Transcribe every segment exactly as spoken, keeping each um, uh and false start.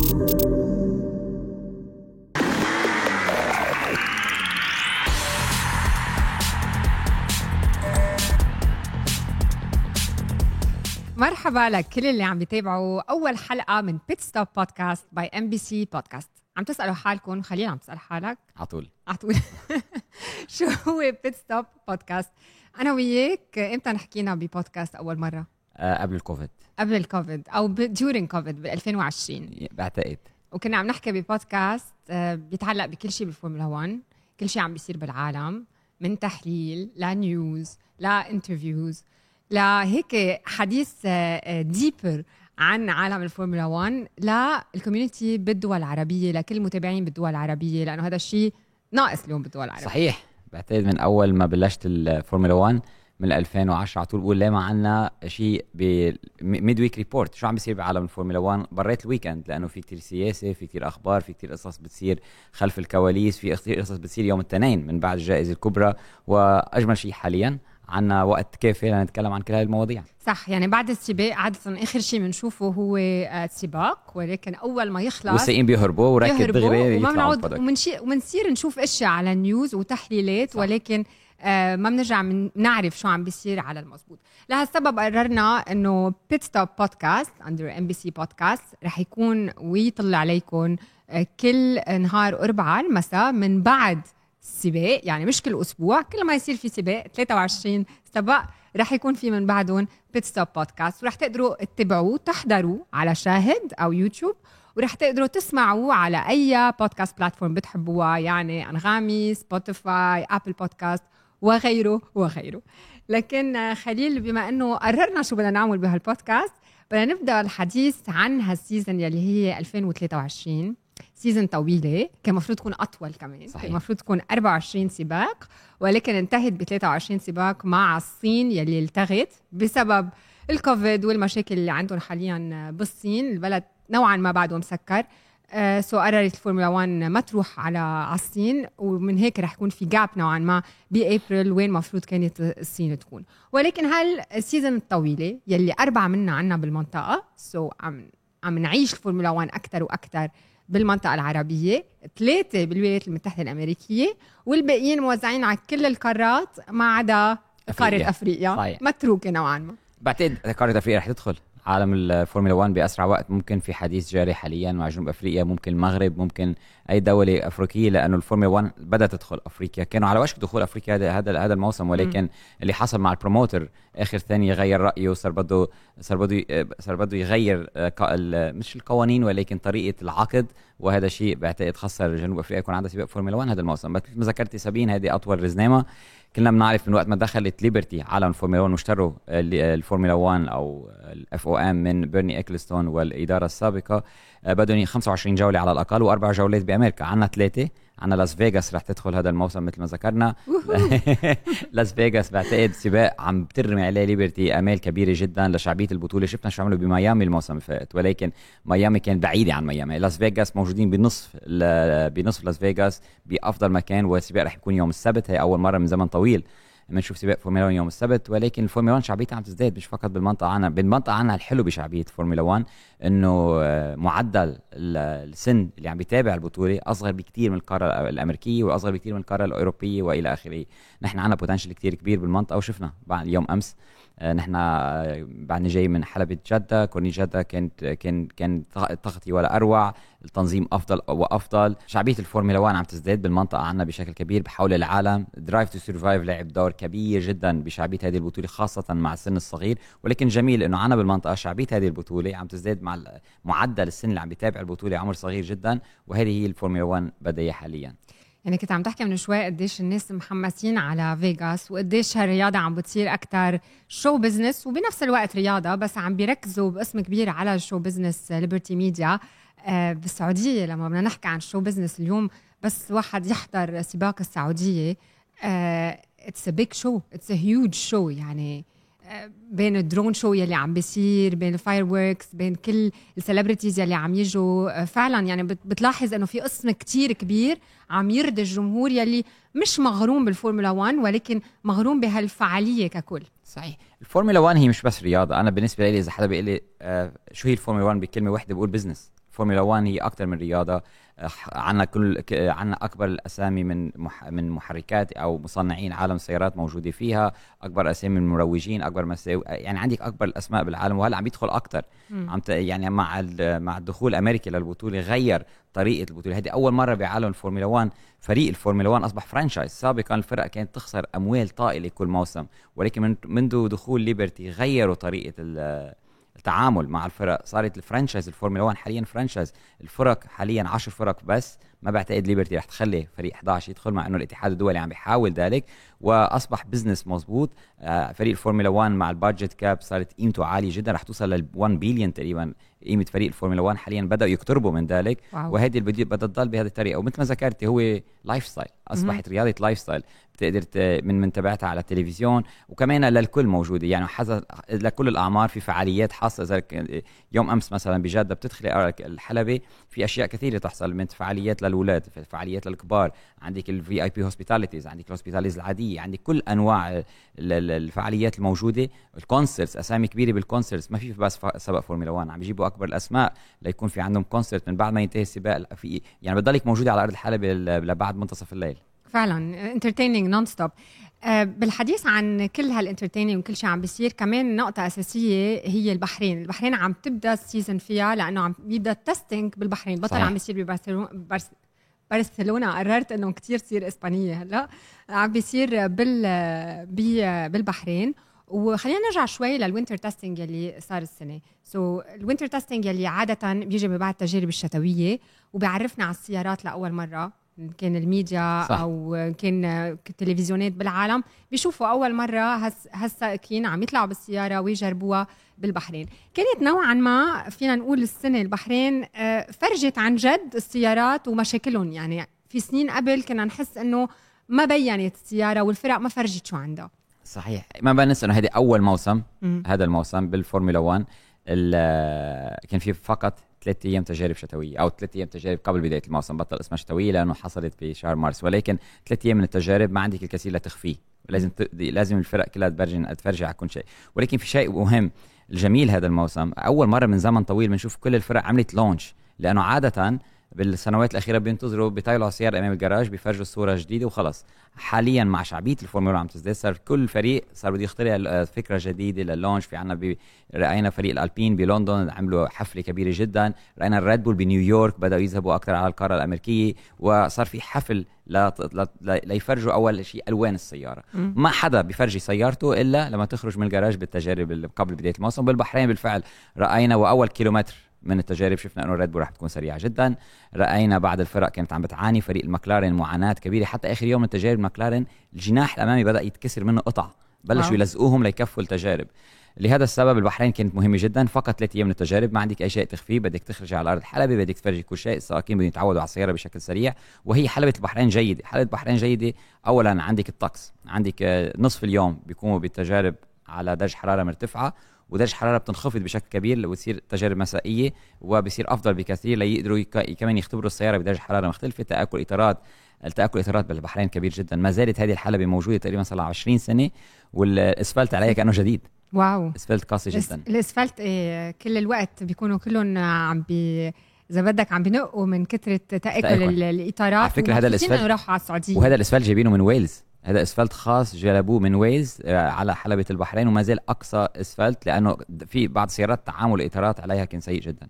مرحبا لكل اللي عم بيتابعوا أول حلقة من بيت ستوب بودكاست باي ام بي سي بودكاست. عم تسألوا حالكم، خليل عم تسأل حالك عطول عطول شو هو بيت ستوب بودكاست؟ أنا وياك إمتى نحكينا ببودكاست أول مرة؟ أه قبل الكوفيد قبل الكوفيد أو during كوفيد بال ألفين وعشرين بعتقد. وكنا عم نحكي ببودكاست بيتعلق بكل شيء بالفورمولا واحد، كل شيء عم بيصير بالعالم، من تحليل لنيوز لانترفيوز لهيك حديث ديبر عن عالم الفورمولا واحد للكوميونتي بالدول العربية، لكل المتابعين بالدول العربية، لأنه هذا الشيء ناقص اليوم بالدول العربية. صحيح، بعتقد من أول ما بلشت الفورمولا واحد من ألفين وعشرة على طول بقول ليه ما عنا شيء بميد ويك ريبورت شو عم بيصير بعالم الفورمولا واحد بريت الويكند، لأنه في كتير سياسة، في كتير أخبار، في كتير قصص بتصير خلف الكواليس، في كتير قصص بتصير يوم الاثنين من بعد الجائزة الكبرى. وأجمل شيء حاليا عنا وقت كافي لنتكلم عن كل هاي المواضيع. صح، يعني بعد السباق عادة آخر شيء بنشوفه هو السباق، ولكن أول ما يخلص والسائقين بيهربوا وركض دغري وما بنعود ومنصير نشوف أشياء على النيوز وتحليلات. صح. ولكن آه ما بنرجع من نعرف شو عم بيصير على المزبوط. لهالسبب قررنا إنه بيت ستوب بودكاست أندر إم بي سي بودكاست رح يكون ويطلع عليكم آه كل نهار أربعة المساء من بعد السباق، يعني مش كل أسبوع، كل ما يصير في سباق ثلاثة وعشرين سباق رح يكون في من بعدهم بيت ستوب بودكاست، ورح تقدروا تتابعوه تحضروا على شاهد أو يوتيوب، ورح تقدروا تسمعوه على أي بودكاست بلاتفورم بتحبوها، يعني أنغامي، سبوتيفاي، أبل بودكاست وغيره وغيره. لكن خليل، بما أنه قررنا شو بدنا نعمل بهالبودكاست، بدنا نبدأ الحديث عن هالسيزن يلي هي ألفين وثلاثة وعشرين. سيزن طويلة، كان مفروض تكون أطول كمان. صحيح. كان مفروض تكون أربعة وعشرين سباق، ولكن انتهت ب ثلاثة وعشرين سباق مع الصين يلي التغت بسبب الكوفيد والمشاكل اللي عندهم حاليا بالصين. البلد نوعا ما بعده مسكر، آه سو قررت الفورمولا واحد ما تروح على على الصين، ومن هيك رح يكون في جاب نوعا ما بأبريل وين مفروض كانت الصين تكون. ولكن هالسيزن الطويلة يلي أربعة منا عنا بالمنطقة، سو عم عم نعيش الفورمولا واحد أكتر وأكتر بالمنطقة العربية، ثلاثة بالولايات المتحدة الأمريكية، والباقيين موزعين على كل القارات ما عدا قارة أفريقيا. صحيح. متروكة نوعا ما. بعتقد قارة أفريقيا رح تدخل عالم الفورمولا واحد بأسرع وقت ممكن. في حديث جاري حاليا مع جنوب أفريقيا، ممكن المغرب، ممكن أي دولة أفريقية، لأنه الفورمولا واحد بدأت تدخل أفريقيا. كانوا على وشك دخول أفريقيا هذا هذا هذا الموسم، ولكن م. اللي حصل مع البروموتر آخر ثانية غير رأيه، وصار بده صار بده صار بده يغير مش القوانين ولكن طريقة العقد، وهذا الشيء بعتقد خسر جنوب أفريقيا يكون عندها سباق فورمولا واحد هذا الموسم. مثل ما ذكرتي سابين، هذه أطول رزنامة. كلنا بنعرف من وقت ما دخلت ليبرتي عالم الفورمولا واحد واشتروا الفورمولا واحد او الاف او ام من بيرني اكلستون والاداره السابقه، بدهم خمسة وعشرين جوله على الاقل واربع جولات بامريكا. عنا ثلاثه، عنا لاس فيغاس رح تدخل هذا الموسم مثل ما ذكرنا. لاس فيغاس بعتقد سباق عم بترمي عليه ليبرتي امال كبيره جدا لشعبيه البطوله. شفنا شو عملوا بميامي الموسم اللي فات، ولكن ميامي كان بعيده عن ميامي. لاس فيغاس موجودين بنصف بنصف لاس فيغاس بافضل مكان، والسباق رح يكون يوم السبت. هي اول مره من زمن طويل بنشوف سباق فورمولا واحد يوم السبت، ولكن الفورمولا واحد شعبيتها عم تزداد مش فقط بالمنطقه عنا. بالمنطقه عنا الحلو بشعبيه فورمولا واحد انه معدل السن اللي عم بيتابع البطوله اصغر بكتير من القاره الامريكيه واصغر بكتير من القاره الاوروبيه والى اخره. نحن عنا بوتنشل كتير كبير بالمنطقه، وشفنا بعد يوم امس نحن بعدني جاي من حلبة جدة، كورني جدة كانت كان كان تغطية ولا أروع، التنظيم أفضل وأفضل. شعبية الفورمولا واحد عم تزداد بالمنطقة عنا بشكل كبير بحول العالم. درايف تو سيرفايف لعب دور كبير جدا بشعبية هذه البطولة خاصة مع السن الصغير، ولكن جميل إنه عنا بالمنطقة شعبية هذه البطولة عم تزداد مع معدل السن اللي عم بيتابع البطولة عمر صغير جدا، وهذه هي الفورمولا واحد بداية حاليا. يعني كنت عم تحكي من شوي قديش الناس محمسين على فيغاس، وقديش هالرياضة عم بتصير أكتر شو بزنس وبنفس الوقت رياضة، بس عم بيركزوا باسم كبير على الشو بزنس. ليبرتي ميديا آه بالسعودية لما بدنا نحكي عن شو بزنس اليوم، بس واحد يحضر سباق السعودية آه it's a big show, it's a huge show. يعني بين الدرون شو يلي عم بيصير، بين الفايروركس، بين كل السليبرتيز يلي عم يجوا، فعلا يعني بتلاحظ انه في قسم كتير كبير عم يرضي الجمهور يلي مش مغروم بالفورمولا واحد ولكن مغروم بهالفعالية ككل. صحيح، الفورمولا واحد هي مش بس رياضة. أنا بالنسبة لي إذا حدا بيقول لي آه شو هي الفورمولا واحد بكلمة واحدة بقول بزنس. فورمولا واحد هي اكثر من رياضه. عنا كل عنا اكبر الاسامي من مح من محركات او مصنعين عالم السيارات موجوده فيها، اكبر اسامي من المروجين، اكبر مساوي، يعني عندك اكبر الاسماء بالعالم، وهلا عم يدخل اكثر. عم يعني مع مع الدخول امريكا للبطوله غير طريقه البطوله. هذه اول مره بعالم الفورمولا واحد فريق الفورمولا واحد اصبح فرانشايز. سابقا الفرق كانت تخسر اموال طائله كل موسم، ولكن من منذ دخول ليبرتي غيروا طريقه التعامل مع الفرق، صارت الفرانشايز الفورمولا واحد حاليا فرانشايز. الفرق حاليا عشر فرق بس، ما بعتقد ليبرتي رح تخلي فريق إحدى عشر يدخل، مع انه الاتحاد الدولي عم بيحاول ذلك، واصبح بزنس مزبوط. آه فريق الفورمولا واحد مع البادجت كاب صارت قيمته عاليه جدا، رح توصل لل واحد بليون تقريبا قيمه فريق الفورمولا واحد حاليا، بداوا يقتربوا من ذلك. وهذه اللي بدها تضل بهذه الطريقه. ومثل ما ذكرتي هو لايف ستايل، اصبحت رياضه لايف ستايل، بتقدر من من تبعتها على التلفزيون، وكمان للكل موجوده، يعني حسب لكل الاعمار. في فعاليات حاصله زي يوم امس مثلا بجده بتدخلي الحلبه، في اشياء كثيره تحصل، من فعاليات للاولاد، فعاليات للكبار، عندك الفي اي بي هوسبيتاليتيز، عندك الهوسبيتاليز العاديه، عندك كل انواع الفعاليات الموجوده. الكونسرتس، اسامي كبيره بالكونسرتس، ما في بس سباق فورمولا واحد، عم بيجيبوا اكبر الاسماء ليكون في عندهم كونسرت من بعد ما ينتهي السباق، في يعني بتضلك موجوده على ارض الحلبه لبعد منتصف الليل. فعلا انترتيننج نون ستوب. بالحديث عن كل هالانترتيننج وكل شيء عم بيصير، كمان نقطة أساسية هي البحرين. البحرين عم تبدأ السيزن فيها لأنه عم بيبدأ التستنج بالبحرين. بطل عم بيصير ببرشلونة برس... برشلونة قررت إنه كتير تصير إسبانية هلا، عم بيصير بال بي... بالبحرين. وخلينا نرجع شوي للوينتر تيستينج يلي صار السنة. سو so, الوينتر تيستينج يلي عادة بيجي بعد التجارب الشتوية وبيعرفنا على السيارات لأول مرة، كان الميديا صح. أو كان التلفزيونات بالعالم بيشوفوا أول مرة هالسائقين عم يطلعوا بالسيارة ويجربوها بالبحرين. كانت نوعا ما فينا نقول السنة البحرين فرجت عن جد السيارات ومشاكلهم. يعني في سنين قبل كنا نحس أنه ما بيّنت السيارة والفرق ما فرجت شو عندها. صحيح، ما بنسى أنه هذه أول موسم م. هذا الموسم بالفورمولا واحد كان في فقط ثلاثة أيام تجارب شتوية، أو ثلاثة أيام تجارب قبل بداية الموسم، بطل اسمها شتوية لأنه حصلت بشهر مارس، ولكن ثلاثة أيام من التجارب ما عندك الكثير لتخفيه، ولازم ت... لازم الفرق كلها تبرجن تفرجع على كل شيء. ولكن في شيء مهم الجميل هذا الموسم، أول مرة من زمن طويل بنشوف كل الفرق عملت لونش، لأنه عادة بالسنوات الأخيرة بينتظروا بيطايلوا السيارة أمام الجراج بيفرجوا الصورة جديدة وخلص. حاليا مع شعبية الفورمولا عم تزداد، صار كل فريق صار بده يخترع فكرة جديدة لللونش. في عنا بي... رأينا فريق الألبين بلندن عملوا حفلة كبيرة جدا، رأينا الريد بول بنيويورك بدأوا يذهبوا أكثر على القارة الأمريكية، وصار في حفل لا لا ليفرجوا أول شيء ألوان السيارة. م. ما حدا بيفرجي سيارته إلا لما تخرج من الجراج بالتجارب قبل بداية الموسم. بالبحرين بالفعل رأينا، وأول كيلومتر من التجارب شفنا انه ريد بول رح تكون سريعه جدا. راينا بعض الفرق كانت عم بتعاني، فريق المكلارين معاناه كبيره، حتى اخر يوم من التجارب المكلارين الجناح الامامي بدا يتكسر منه قطع، بلشوا يلزقوهم ليكفوا التجارب. لهذا السبب البحرين كانت مهمه جدا، فقط ثلاث ايام من التجارب، ما عندك اي شيء تخفيه، بدك تخرجي على ارض الحلبه، بدك تفرجي كل شيء، السائقين بدهم يتعودوا على السياره بشكل سريع. وهي حلبه البحرين جيده، حلبه البحرين جيده. اولا عندك الطقس، عندك نصف اليوم بيقوموا بالتجارب على درجه حراره مرتفعه، ودرجة حرارة بتنخفض بشكل كبير وتصير تجارب مسائية، وبصير أفضل بكثير ليقدروا يك... كمان يختبروا السيارة بدرجة حرارة مختلفة. تآكل إطارات، التآكل إطارات بالبحرين كبير جدا. ما زالت هذه الحلبة موجودة تقريبا صار لها عشرين سنة، والأسفلت عليها كأنه جديد. واو، أسفلت قاسي جدا. الأسفلت إيه كل الوقت بيكونوا كلهم عم بي إذا بدك عم بينقوا من كثرة تآكل الإطارات. على فكرة هذا الأسفلت راحوا على السعودية، وهذا الأسفلت جايبينه من ويلز، هذا اسفلت خاص جلبوه من ويلز على حلبة البحرين، وما زال أقصى اسفلت لأنه في بعض سيارات تعامل الإطارات عليها كان سيء جدا.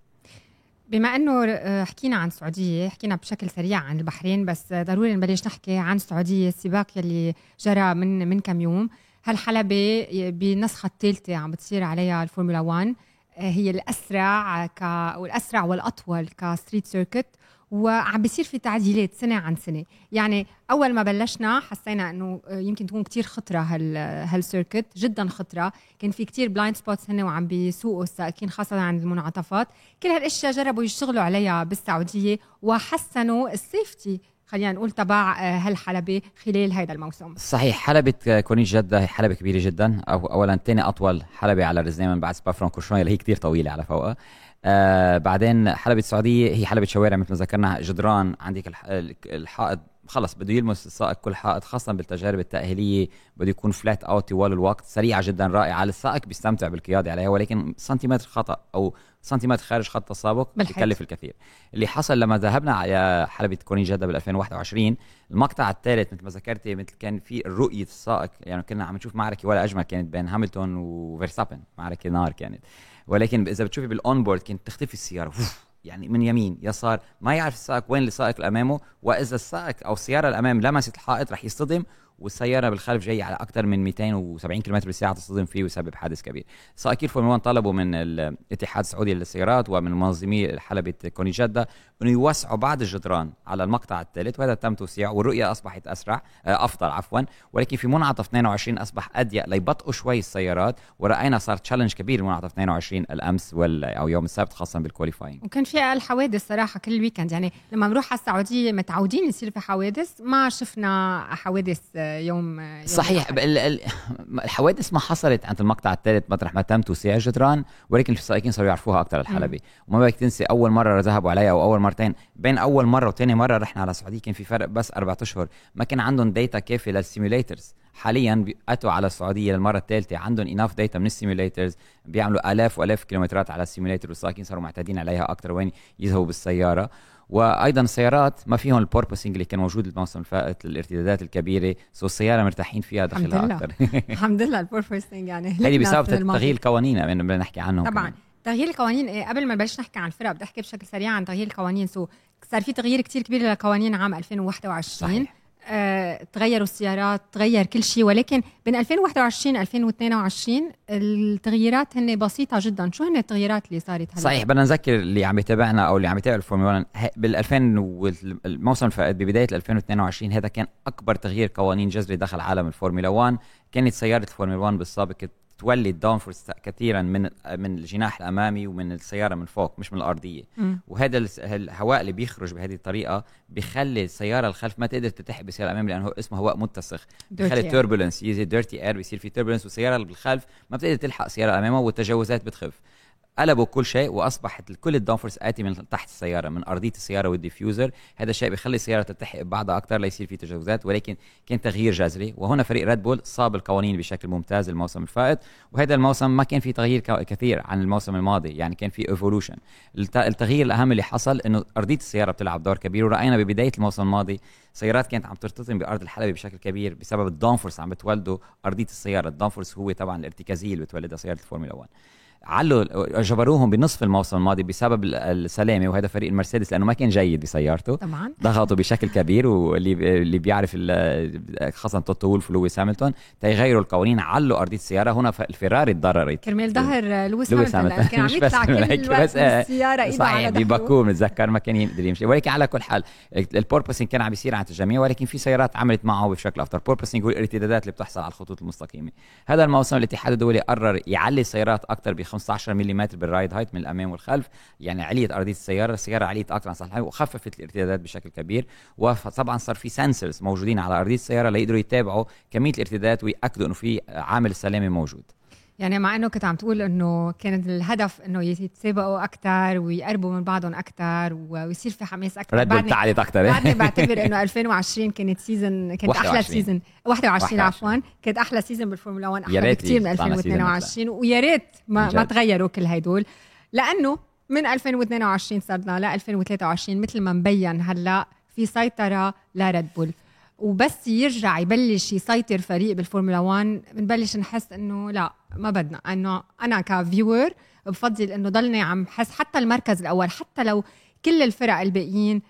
بما أنه حكينا عن السعودية، حكينا بشكل سريع عن البحرين، بس ضروري نبلش نحكي عن السعودية. السباق يلي جرى من من كم يوم، هالحلبة بالنسخة الثالثة عم بتصير عليها الفورمولا واحد، هي الأسرع ك والأسرع والأطول كستريت سيركت، وعم بيصير في تعديلات سنة عن سنة. يعني أول ما بلشنا حسينا أنه يمكن تكون كتير خطرة هال هالسيركت، جدا خطرة، كان في كتير بلايند سبوتس هنا وعم بيسوقوا السائقين خاصة عند المنعطفات. كل هالأشياء جربوا يشتغلوا عليها بالسعودية وحسنوا السيفتي خلينا نقول تبع هالحلبة خلال هذا الموسم. صحيح، حلبة كورنيش جدة حلبة كبيرة جدا، أو أولا تاني أطول حلبة على الرزنامة بعد سبا فرانكورشوي اللي هي كتير طويلة على فوقها. آه بعدين حلبة السعودية هي حلبة شوارع مثل ما ذكرنا، جدران، عندك الحائط خلص بده يلمس السائق كل حائط، خاصة بالتجارب التأهيلية بده يكون فلات اوت طوال الوقت، سريعة جدا رائعة، السائق بيستمتع بالقيادة عليها، ولكن سنتيمتر خطأ أو سنتيمتر خارج خط التسابق بيكلف الكثير. اللي حصل لما ذهبنا على حلبة كوني جدة بال ألفين وواحد وعشرين، المقطع الثالث مثل ما ذكرتي، مثل كان في رؤية السائق، يعني كنا عم نشوف معركة ولا أجمل كانت بين هاملتون وفيرستابن، معركة نار كانت، ولكن إذا بتشوفي بالأون بورد كانت تختفي السيارة يعني من يمين يسار، ما يعرف السائق وين السائق اللي امامه، واذا السائق او السياره الامام لمست الحائط رح يصطدم، والسياره بالخلف جايه على اكثر من مئتين وسبعين كيلومتر بالساعه تصطدم فيه ويسبب حادث كبير. سائقي الفورمولا واحد طلبوا من الاتحاد السعودي للسيارات ومن منظمي حلبة كوني جدة انه يوسعوا بعض الجدران على المقطع الثالث، وهذا تم توسيع والرؤيه اصبحت اسرع افضل عفوا، ولكن في منعطف اثنين وعشرين اصبح اضيق ليبطئوا شوي السيارات، وراينا صار تشالنج كبير منعطف اثنين وعشرين الامس وال او يوم السبت خاصه بالكواليفاينج. وكان في اقل حوادث صراحه كل الويكند، يعني لما بنروح على السعوديه متعودين يصير في حوادث، ما شفنا حوادث يوم, يوم صحيح. الحوادث ما حصلت عند المقطع الثالث مطرح ما تم توسيع الجدران، ولكن السائقين صاروا يعرفوها اكثر الحلبة. وما بدك تنسي اول مره ذهبوا عليها او اول مرتين، بين اول مره وثاني مره رحنا على السعوديه كان في فرق بس أربعة اشهر، ما كان عندهم داتا كافيه للسيميوليترز. حاليا اتوا على السعوديه للمره الثالثه عندهم اناف داتا من السيميوليترز، بيعملوا الاف والاف كيلومترات على السيميوليتر، والسائقين صاروا معتادين عليها اكثر وين يذهبوا بالسياره. وايضا السيارات ما فيهم البوربوسينج اللي كان موجود الموسم الفائت، الارتدادات الكبيره، سو السياره مرتاحين فيها داخلها اكثر. الحمد لله البوربوسينج يعني هذه بسبب تغيير القوانين اللي بدنا نحكي عنه طبعا كمان. تغيير القوانين إيه، قبل ما نبلش نحكي عن الفرق بدي احكي بشكل سريع عن تغيير القوانين. سو صار في تغيير كتير كبير للقوانين عام ألفين وواحد وعشرين. صحيح. آه، تغيروا السيارات، تغير كل شيء، ولكن بين ألفين وواحد وعشرين ألفين واثنين وعشرين التغييرات هن بسيطة جدا. شو هن التغييرات اللي صارت هلا؟ صحيح. بدنا نذكر اللي عم يتابعنا او اللي عم يتابع الفورمولا واحد بال2000 والموسم الفائت ببداية ألفين واثنين وعشرين، هذا كان اكبر تغيير قوانين جذري دخل عالم الفورمولا واحد. كانت سيارة الفورمولا واحد بالسابق تولد داون فورس كثيرا من من الجناح الامامي ومن السياره من فوق مش من الارضيه، م. وهذا الهواء اللي بيخرج بهذه الطريقه بيخلي السياره الخلف ما تقدر تتحق بالسياره الامامي، لانه اسمه هواء متسخ، بيخلي توربولنس، يجي ديرتي اير، بيصير في توربولنس، والسياره اللي بالخلف ما بتقدر تلحق السياره الاماميه والتجاوزات بتخف. قلبوا كل شيء واصبحت كل الداونفورس اتي من تحت السياره، من ارضيه السياره والديفيوزر. هذا الشيء بيخلي السياره تلتحق ببعضها اكثر ليصير في تجاوزات، ولكن كان تغيير جذري. وهنا فريق ريد بول صاب القوانين بشكل ممتاز الموسم الفائت، وهذا الموسم ما كان في تغيير كثير عن الموسم الماضي، يعني كان في ايفولوشن. التغيير الاهم اللي حصل انه ارضيه السياره بتلعب دور كبير، وراينا ببدايه الموسم الماضي سيارات كانت عم ترتطم بارض الحلبة بشكل كبير بسبب الداونفورس عم بتولده ارضيه السياره. الداونفورس هو طبعا الارتكازيه اللي بتولدها سياره الفورمولا واحد. علوا جبروهم بنصف الموسم الماضي بسبب السلامه، وهذا فريق المرسيدس لانه ما كان جيد بسيارته طبعا ضغطوا بشكل كبير. واللي اللي بيعرف خاصه توتو وولف ولويس هاملتون تيغيروا القوانين، علوا ارضيه السياره. هنا الفيراري تضررت كرمال ظهر لويس هاملتون كان عم يطلع كل الوقت بالسياره ايده على ظهره بباكو متذكر ما كان يقدر يمشي. ولكن على كل حال البوربوسينج كان عم يصير عند الجميع، ولكن في سيارات عملت معه بشكل افضل. بوربوسينج هو الارتدادات اللي بتحصل على الخطوط المستقيمه. هذا الموسم الاتحاد الدولي قرر يعلي السيارات اكثر ب خمسة عشر ملم بالرايد هايت من الامام والخلف، يعني عليه ارضيه السياره، السياره عليه اكثر عن صحيح، وخففت الارتدادات بشكل كبير. وطبعا صار في سنسرز موجودين على ارضيه السياره ليقدروا يتابعوا كميه الارتدادات وياكدوا انه في عامل السلامه موجود. يعني مع انه كنت عم تقول انه كان الهدف انه يتسابقوا اكثر ويقربوا من بعضهم اكثر ويصير في حماس اكثر، بعدني تعالت اكثر. بعدني بعتبر انه ألفين وعشرين كانت سيزن، كانت احلى سيزن. واحد وعشرين عفوا كانت احلى سيزن بالفورمولا واحد، احلى بكثير من ألفين واثنين وعشرين. ويا ريت ما, ما تغيروا كل هدول، لانه من ألفين واثنين وعشرين صرنا ل ألفين وثلاثة وعشرين مثل ما مبين هلا في سيطره لريد بول، وبس يرجع يبلش يسيطر فريق بالفورمولا واحد بنبلش نحس انه لا ما بدنا. انه انا كفيور بفضل انه ضلني عم حس حتى المركز الاول، حتى لو كل الفرق الباقيين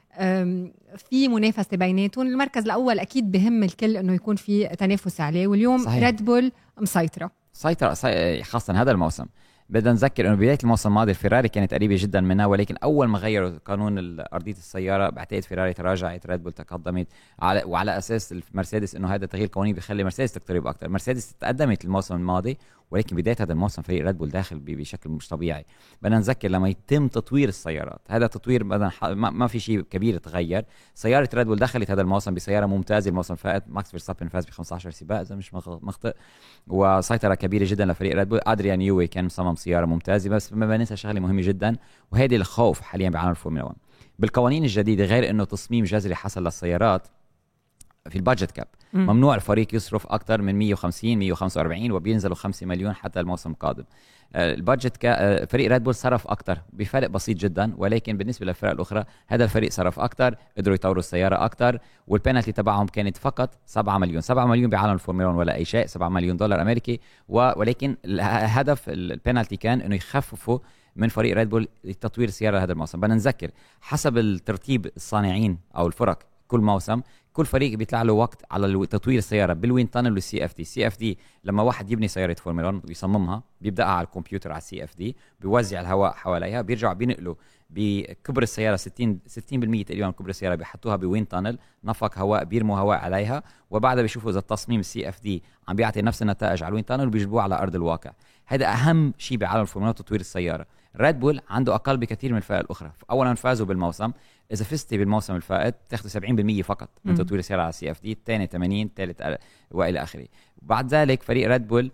في منافسه بيناتهم، المركز الاول اكيد بهم الكل انه يكون في تنافس عليه. واليوم ريد بول مسيطره سيطره خاصه هذا الموسم. بدنا نذكر انه بدايه الموسم الماضي الفيراري كانت قريبه جدا منها، ولكن اول ما غيروا قانون ارضيه السياره بعتقد فيراري تراجعت، ريد بول تقدمت، على وعلى اساس المرسيدس انه هذا تغيير قانوني بيخلي مرسيدس تقترب اكثر. مرسيدس تقدمت الموسم الماضي، ولكن بدايه هذا الموسم فريق ريد بول داخل بشكل مش طبيعي. بدنا نذكر لما يتم تطوير السيارات، هذا تطوير بدنا ح... ما... ما في شيء كبير تغير. سياره ريد بول دخلت هذا الموسم بسياره ممتازه. الموسم الفائت ماكس فيرستابن فاز ب خمسة عشر سباق اذا مش مخطئ، وسيطره كبيره جدا لفريق ريد بول. ادريان يوي كان مصمم سياره ممتازه، بس ما بننسى شغله مهمه جدا، وهذه الخوف حاليا بعالم الفورمولا واحد بالقوانين الجديده. غير انه تصميم جذري حصل للسيارات، في البادجت كاب ممنوع الفريق يصرف اكثر من مية وخمسين مية وخمسة وأربعين وبينزلوا خمسة مليون حتى الموسم القادم. البادجت كا فريق ريد بول صرف اكثر بفرق بسيط جدا، ولكن بالنسبه للفرق الاخرى هذا الفريق صرف اكثر، قدروا يطوروا السياره اكثر، والبينالتي تبعهم كانت فقط سبعة مليون سبعة مليون بعالم الفورمولا ولا اي شيء، سبعة مليون دولار امريكي. ولكن الهدف البينالتي كان انه يخففوا من فريق ريد بول تطوير السياره هذا الموسم. بدنا نذكر حسب الترتيب الصانعين او الفرق كل موسم كل فريق بيطلع له وقت على تطوير السياره بالوين تانل والسي اف دي. السي اف دي لما واحد يبني سياره فورمولا ويصممها بيبداها على الكمبيوتر على السي اف دي، بيوزع الهواء حواليها، بيرجعوا بينقلوا بكبر السياره ستين ستين بالمية تقريبا من كبر السياره بيحطوها بوين تانل، نفق هواء، بيرموا هواء عليها، وبعدها بيشوفوا اذا التصميم السي اف دي عم بيعطي نفس النتائج على الوين تانل وبيجيبوها على ارض الواقع. هذا اهم شيء بعالم الفورمولا تطوير السياره. ريد بول عنده اقل بكثير من الفرق الاخرى. اولا فازوا بالموسم، اذا فزتي بالموسم الفائت تاخذوا سبعين بالمية فقط من تطوير السياره على السي اف دي، الثاني ثمانين، الثالث والى اخره. بعد ذلك فريق ريد بول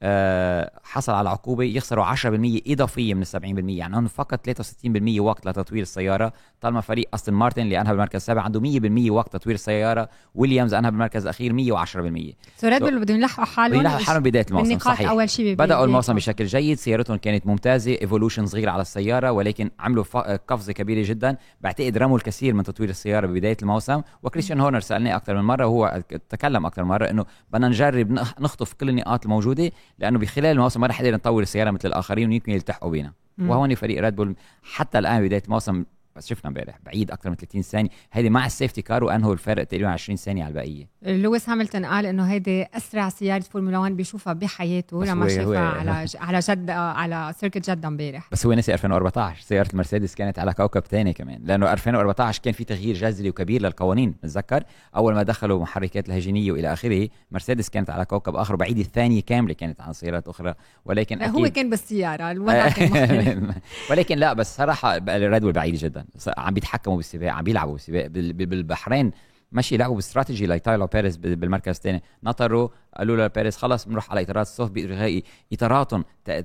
آه حصل على عقوبه يخسروا عشرة بالمية اضافيه من السبعين بالمية، يعني هون فقط ثلاثة وستين بالمية وقت لتطوير السياره. طالما فريق استون مارتن اللي انهى بالمركز السابع عنده مية بالمية وقت تطوير السياره، ويليامز انهى بالمركز الاخير مية وعشرة بالمية. سو ريد بول بدهم يلحقوا حالهم يلحقوا حالهم بدايه الموسم. صحيح، اول شيء بداوا الموسم بشكل جيد، سيارتهم كانت ممتازه، ايفولوشن صغير على السياره، ولكن عملوا قفزه كبيره جدا. بعتقد رموا الكثير من تطوير السياره ببدايه الموسم، وكريستيان هورنر سالني اكثر من مره وهو تكلم اكثر من مره انه بدنا نجرب نخطف كل النقاط الموجوده، لانه بخلال الموسم ما رح نقدر نطور السياره مثل الاخرين ويمكن يلتحقوا بينا. وهون فريق ريد بول حتى الان بدايه الموسم بس شفنا امبارح بعيد اكثر من ثلاثين ثانيه، هيدي مع السيفتي كار وانهوا الفرق تقريبا عشرين ثانيه على البقيه. لويس هاملتون قال انه هيدي اسرع سياره فورمولا واحد بيشوفها بحياته لما شافها على ج... على جد على سيركت جده امبارح. بس هو نسي ألفين وأربعة عشر سياره المرسيدس كانت على كوكب ثاني كمان، لانه ألفين وأربعة عشر كان في تغيير جذري وكبير للقوانين. نتذكر اول ما دخلوا محركات الهجينيه والى اخره، مرسيدس كانت على كوكب اخر، بعيد الثانيه كامله كانت عن سيارات اخرى. ولكن أكيد هو كان بالسياره الوضع كان مختلف. ولكن لا بس صراحه ريد بول بعيد جدا، عم بيتحكموا بالسباق، عم بيلعبوا بالسباق. بالبحرين ماشي لعبوا باستراتيجي لايتايلو بيريز بالمركز الثاني، نطروا قالوا لبيريز خلص بنروح على اطارات الصف، بيلغي اطاراتهم.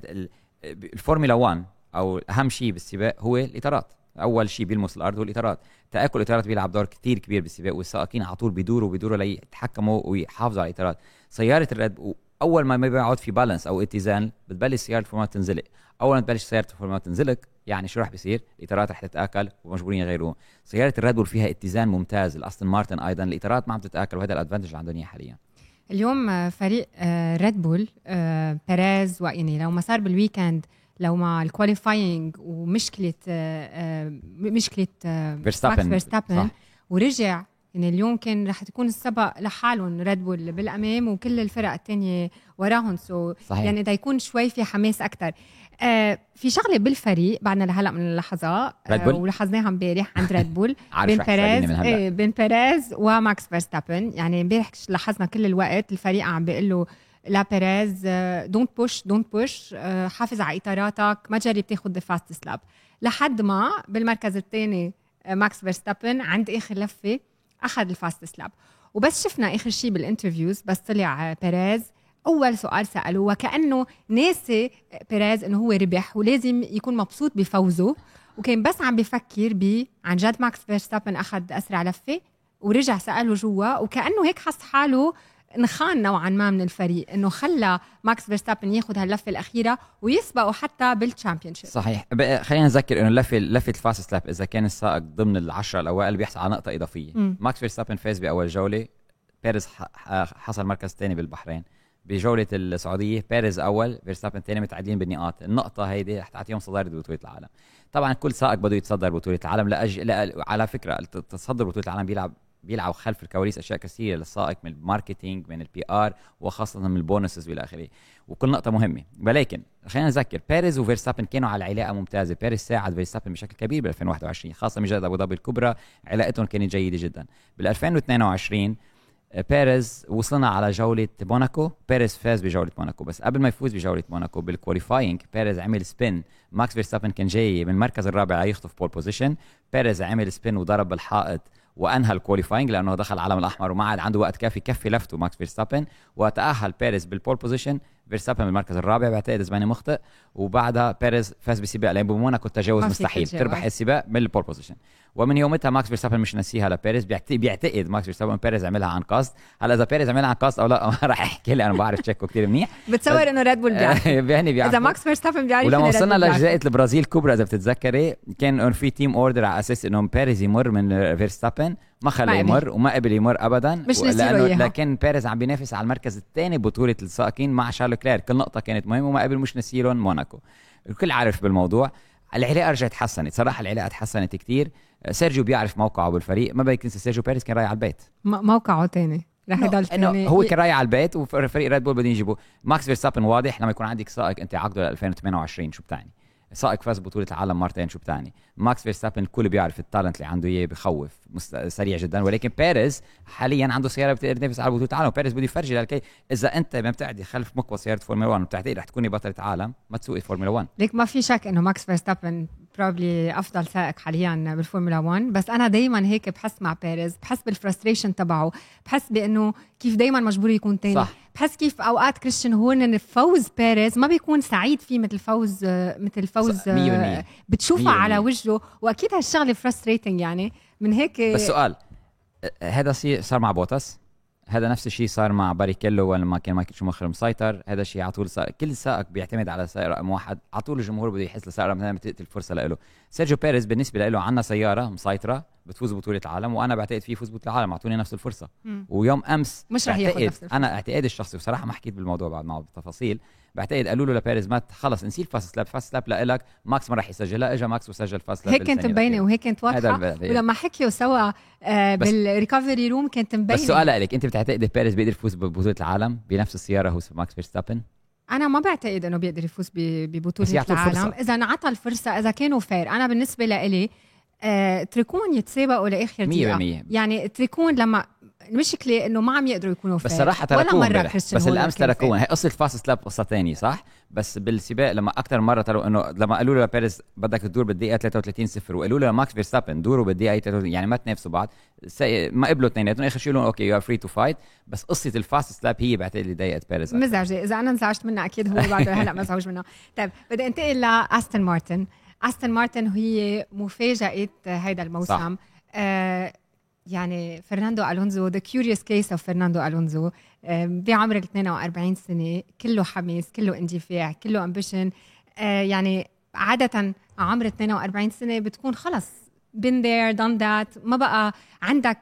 الفورمولا واحد او اهم شيء بالسباق هو الاطارات، اول شيء بيلمس الارض والاطارات. تاكل الاطارات بيلعب دور كثير كبير بالسباق، والسائقين على طول بيدوروا بيدوروا ليتحكموا ويحافظوا على الاطارات. سياره الريد اول ما ما بيقعد في بالانس او اتزان بتبلش سياره الفورمولا تنزلق. اول ما تبلش سياره الفورمولا تنزلق يعني شو راح بيصير؟ الاطارات رح تتاكل ومجبورين يغيروها. سياره الريد بول فيها اتزان ممتاز، الاستون مارتن ايضا الاطارات ما عم تتاكل، وهذا الادفانتج اللي عندهم اياه حاليا. اليوم فريق ريد بول بيريز، ويعني لو ما صار بالويكند، لو ما الكواليفاينج ومشكله مشكله فيرستابن ورجع، يعني اليوم كان رح تكون السبق لحالهم ريد بول بالامام وكل الفرق الثانيه وراهم. سو يعني اذا يكون شوي في حماس اكثر. آه في شغله بالفريق بعدنا لهلا من اللحظه آه ولاحظناها امبارح عند ريد بول بين بيريز آه بين بيريز وماكس فيرستابن. يعني امبارح لاحظنا كل الوقت الفريق عم بيقول له لا بيريز دونت بوش دونت بوش حافظ على اطاراتك، ما تجرب تاخذ فاست سلاب، لحد ما بالمركز الثاني ماكس فيرستابن عند اخر لفه اخذ الفاست سلاب. وبس شفنا اخر شيء بالانترفيوز بس طلع بيريز اول سؤال سالوه وكانه ناسي بيريز انه هو ربح ولازم يكون مبسوط بفوزه، وكان بس عم بفكر ب عن جد ماكس فيرستابن اخذ اسرع لفه، ورجع ساله جوا وكانه هيك حس حاله نخان نوعا ما من الفريق انه خلى ماكس فيرستابن ياخذ هاللفه الاخيره ويسبقوا حتى بالتشامبيونشيب. صحيح. خلينا نذكر انه لفه لفه الفاست سلاب اذا كان السائق ضمن العشرة الاوائل بيحصل على نقطه اضافيه. م. ماكس فيرستابن فاز باول جوله، بيريز حصل مركز ثاني بالبحرين. بجوله السعوديه بيريز اول، فيرستابن ثاني، متعادلين بالنقاط. النقطه هيدي رح تعطيهم صداره بطوله العالم. طبعا كل سائق بده يتصدر بطوله العالم لاجل لا على فكره التصدر بطوله العالم بيلعب بيلعبوا خلف الكواليس اشياء كثيره للسائق، من الماركتينج، من البي ار، وخاصه من البونسز والى اخره، وكل نقطه مهمه. ولكن خلينا نذكر بيريز وفيرستابن كانوا على علاقه ممتازه. بيريز ساعد فيرستابن بشكل كبير ب ألفين وواحد وعشرين، خاصه مجرد ابو ظبي الكبرى علاقتهم كانت جيده جدا. بال ألفين واثنين وعشرين بيريز وصلنا على جوله موناكو، بيريز فاز بجوله موناكو، بس قبل ما يفوز بجوله موناكو بالكواليفاينج بيريز عمل سبين. ماكس فيرستابن كان جاي من المركز الرابع يخطف بول بوزيشن، بيريز عمل سبين وضرب بالحائط وانهى الكواليفاينج لانه دخل العلم الاحمر وما عاد عنده وقت كافي يكفي لفته ماكس فيرستابن، وتاهل بيريز بالبول بوزيشن، فيرستابن بالمركز الرابع بعتقد اذا ماني مخطئ، وبعدها بيريز فاز بسباق لان بموناكو التجاوز مستحيل، تربح السباق من البول بوزيشن. ومن يومتها ماكس فيرستابن مش نسيها لبيريز. بيعتقد, بيعتقد ماكس فيرستابن بيريز عملها عن قصد. هلا اذا بيريز عملها عن قصد او لا ما راح احكي لي، انا بعرف تشيكو كتير منيح. بتصور انه ريد بول بيعرف يعني بيعرف اذا ماكس فيرستابن بيعرف. ولما وصلنا لجزائر البرازيل كبرى اذا بتتذكري كان في تيم اوردر على اساس انه بيريز يمر من فيرستابن، ما خلى يمر وما قبل يمر ابدا، مش لانه لكن بيريز عم بينافس على المركز الثاني بطوله السائقين مع شارل كلير، كل نقطه كانت مهمه وما قبل مش نسيلون موناكو. الكل عارف بالموضوع. العلاقه رجعت تحسنت صراحه، العلاقه تحسنت كتير. سيرجيو بيعرف موقعه بالفريق، ما بيك تنسى سيرجيو بيريز كان رايح على البيت، موقعه تاني رح يضل تاني. هو كان رايح على البيت وفريق ريد بول بدين يجيبوه. ماكس فيرستابن واضح لما يكون عندك سائق انت عقده ل ألفين وثمانية وعشرين شو بتعني؟ سائق فاز بطولة العالم مرتين شو بتعني؟ ماكس فيرستابن الكل بيعرف التالنت اللي عنده اياه، بخوف مست... سريع جدا. ولكن بيريز حاليا عنده سيارة بتقدر تنافس على بطولة العالم. بيريز بده يفرجي للكي اذا انت ما بتعدي خلف مقوى سيارة فورمولا واحد وبتعتقد رح تكوني بطلة عالم، ما تسوقي فورمولا واحد. ليك ما في شك انه ماكس فيرستابن بروبلي افضل سائق حاليا بالفورمولا واحد، بس انا دايما هيك بحس مع بيريز، بحس بالفرستريشن تبعه، بحس بانه كيف دايما مجبور يكون تاني. صح. بحس كيف اوقات كريستيان هورنر فوز بيريز ما بيكون سعيد فيه مثل فوز مثل فوز بتشوفها على وجهه، واكيد هالشغله فرستريتنج يعني. من هيك بس سؤال، هذا صار مع بوتاس، هذا نفس الشيء صار مع باريكيلو لما كان مايكل شوماخر مسيطر، هذا الشيء على طول صار. كل سائق بيعتمد على سائق رقم واحد، على طول الجمهور بده يحس لسائق رقم اثنين بتقتل الفرصه له. سيرجيو بيريز بالنسبه له عندنا سياره مسيطره بتفوز بطوله العالم، وانا بعتقد فيه يفوز بطوله العالم، اعطوني نفس الفرصه. م. ويوم امس مش رح ياخذ نفس الفرصه. انا اعتقادي الشخصي وصراحه ما حكيت بالموضوع بعد معه بالتفاصيل، بعتقد قالوا له لبيريز ما خلص نسيل فاست لاب، فاست لاب لك ماكس ما راح يسجلها، اجى ماكس وسجل فاست لاب. هيك كانت مبينه وهيك كانت واضحه، ولما حكيوا سوا آه بالريكفري روم كانت مبينه. بس سؤال لك، انت بتعتقد بيريز بيقدر يفوز ببطوله العالم بنفس السياره هو ماكس فيرستابن؟ انا ما بعتقد انه بيقدر يفوز ببطوله العالم اذا انعطى الفرصه، اذا كانوا فير. انا بالنسبه لإلي آه تركون يتسابقوا لاخر دقيقه، يعني تركون لما المشكله انه ما عم يقدروا يكونوا فير. بس صراحه تركون بس الامس تركون، هي قصه فاست لاب قصه ثانيه صح. بس بالسباق لما اكثر مره تروا انه لما قالوا له بيريز بدك تدور بالدقيقه ثلاثة وثلاثين صفر، وقالوا له ماكس فيرستابن دوروا بالدقيقه ثلاثة وثلاثين، يعني ما تنافسوا بعض، ما قبلوا اثنيناتهم، اخر شيء لهم اوكي يو ار فري تو فايت. بس قصه الفاست لاب هي بعتقد اللي ضايقت بيريز مزعجه. اذا انا انزعجت منها اكيد هو بعده هلا مزعوج منها. طيب بدي انتقل لاستون مارتن. استون مارتن هي مفاجاه هيدا الموسم. آه يعني فرناندو ألونزو the curious case of فرناندو ألونزو بعمر ال اثنين وأربعين سنة، كله حماس، كله اندفاع، كله امبيشن. يعني عادة عمر اثنين وأربعين سنة بتكون خلص been there done that، ما بقى عندك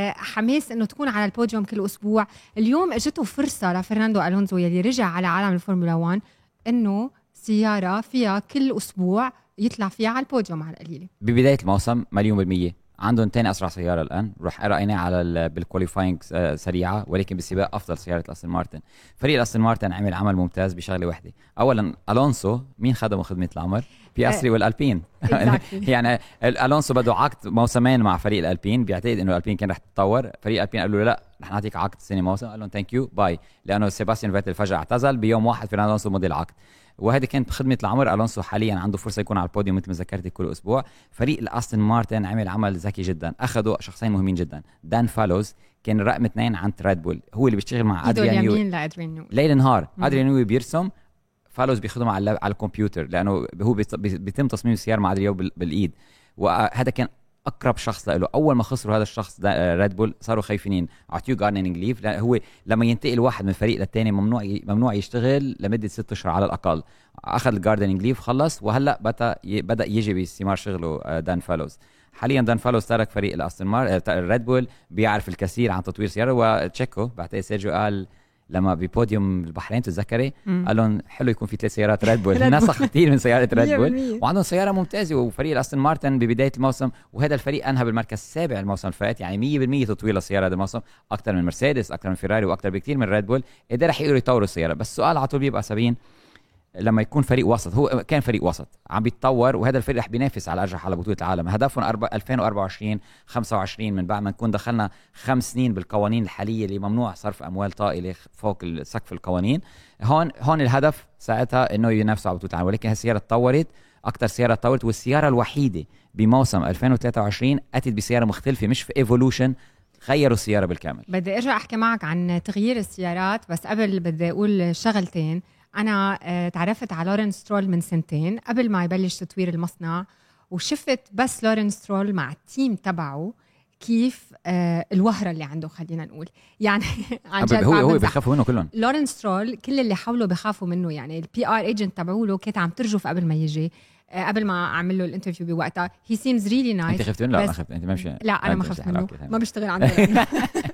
حماس انه تكون على البوديوم كل اسبوع. اليوم اجته فرصة لفرناندو ألونزو يلي رجع على عالم الفورمولا واحد انه سيارة فيها كل اسبوع يطلع فيها على البوديوم على القليلة. ببداية الموسم مليون بالمية عندهم تاني أسرع سيارة الآن، رح رأيناه على بالكواليفاينج سريعة، ولكن بالسباق أفضل سيارة أستون مارتن. فريق أستون مارتن عمل عمل ممتاز بشغلة واحدة. أولا ألونسو مين خدمه خدمة العمر؟ بياسري والألبين. يعني ألونسو بده عقد موسمين مع فريق الألبين، بيعتقد إنه الألبين كان رح تتطور. فريق الألبين قالوا له لا رح نعطيك عقد سنة موسم، قال لهم ثانك يو باي، لأنه سيباستيان فيتل فجأة اعتزل بيوم واحد في ألونسو مضي العقد، وهذه كانت بخدمة العمر. ألونسو حاليا عنده فرصة يكون على البوديوم مثل ما ذكرت كل أسبوع. فريق الأستون مارتن عمل عمل ذكي جدا، أخذوا شخصين مهمين جدا. دان فالوز كان رقم اثنين عند ريد بول، هو اللي بيشتغل مع أدريان نيوي ليل نهار. أدريان نيوي بيرسم، فالوز بيخدم على على الكمبيوتر، لأنه هو بيتم تصميم السيارة مع أدريان بالإيد، وهذا كان اقرب شخص له. اول ما خسروا هذا الشخص ريد بول صاروا خايفين، اعطيوه جاردنينج ليف. هو لما ينتقل واحد من فريق للثاني ممنوع ممنوع يشتغل لمده ستة اشهر على الاقل. اخذ الجاردنينج ليف خلص، وهلا بدا بدا يجي باستمرار شغله دان فالوز. حاليا دان فالوز ترك فريق الاستون مارتن ريد بول، بيعرف الكثير عن تطوير سياره. وتشيكو بعتقد سيرجيو قال لما ببوديوم البحرين تتذكري قال لهم حلو يكون في ثلاث سيارات ريد بول، نسخ كثير من سياره ريد بول وعندهم سياره ممتازه. وفريق الاستون مارتن ببدايه الموسم، وهذا الفريق انهى بالمركز السابع الموسم اللي فات، يعني مية بالمية تطوير للسياره هذا الموسم، اكثر من مرسيدس، اكثر من فيراري، واكثر بكثير من ريد بول. قدر رح يقدروا يطوروا السياره. بس السؤال على طول بيبقى سابين، لما يكون فريق وسط، هو كان فريق وسط عم بيتطور، وهذا الفريق رح بينافس على ارجح على بطوله العالم. هدفهم ألفين وأربعة وعشرين خمسة وعشرين من بعد ما نكون دخلنا خمس سنين بالقوانين الحاليه اللي ممنوع صرف اموال طائله فوق سقف القوانين. هون هون الهدف ساعتها انه ينافسوا على بطوله العالم. ولكن هالسياره تطورت، اكثر سياره تطورت، والسياره الوحيده بموسم ألفين وثلاثة وعشرين اتت بسياره مختلفه، مش في ايفولوشن، غيروا السياره بالكامل. بدي ارجع احكي معك عن تغيير السيارات، بس قبل بدي اقول شغلتين. أنا تعرفت على لورنس سترول من سنتين قبل ما يبلش تطوير المصنع، وشفت بس لورنس سترول مع التيم تبعه كيف آه الوهرة اللي عنده خلينا نقول يعني عن جد هو هو بيخافوا منه كلهم. لورنس سترول كل اللي حوله بيخافوا منه يعني البي ار ايجنت تبعوله كانت عم ترجف قبل ما يجي آه قبل ما اعمل له الانترفيو بوقتها. هي سيمز ريلي نايس. انت خفت منه؟ لا ما خفت انت ما مشي. لا انا ما خفت منه ما بشتغل عنده